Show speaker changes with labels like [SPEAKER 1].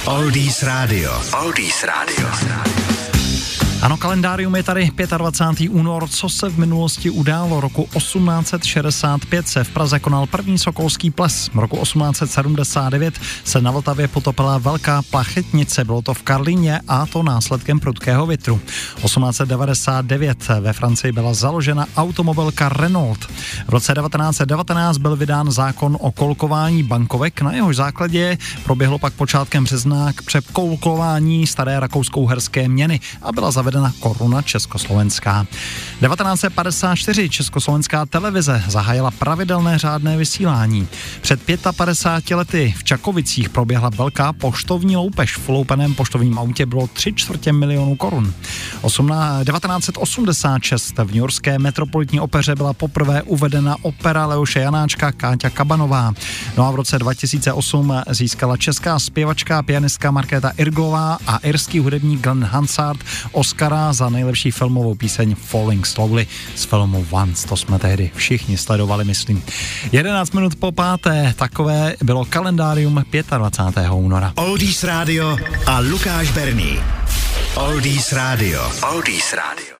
[SPEAKER 1] Oldies Radio. Oldies Radio.
[SPEAKER 2] Ano, kalendárium je tady 25. únor. Co se v minulosti událo? Roku 1865 se v Praze konal první sokolský ples. Roku 1879 se na Vltavě potopila velká plachetnice. Bylo to v Karlíně a to následkem prudkého větru. 1899 ve Francii byla založena automobilka Renault. V roce 1919 byl vydán zákon o kolkování bankovek. Na jehož základě proběhlo pak počátkem března k překolkování staré rakousko-uherské měny a byla zavedena koruna československá. 1954 československá televize zahájila pravidelné řádné vysílání. Před 55 lety v Čakovicích proběhla velká poštovní loupež. V loupeném poštovním autě bylo 3/4 milionu korun. 1986 v newyorské metropolitní opeře byla poprvé uvedena opera Leoše Janáčka Káťa Kabanová. No a v roce 2008 získala česká zpěvačka a pianistka Markéta Irglová a irský hudebník Glenn Hansard Oscara za nejlepší filmovou píseň Falling Slowly z filmu Once. To jsme tehdy všichni sledovali, myslím. 11 minut po 5. Takové bylo kalendárium 25. února.
[SPEAKER 1] Oldies Radio a Lukáš Berný. Oldies Radio. Oldies Radio.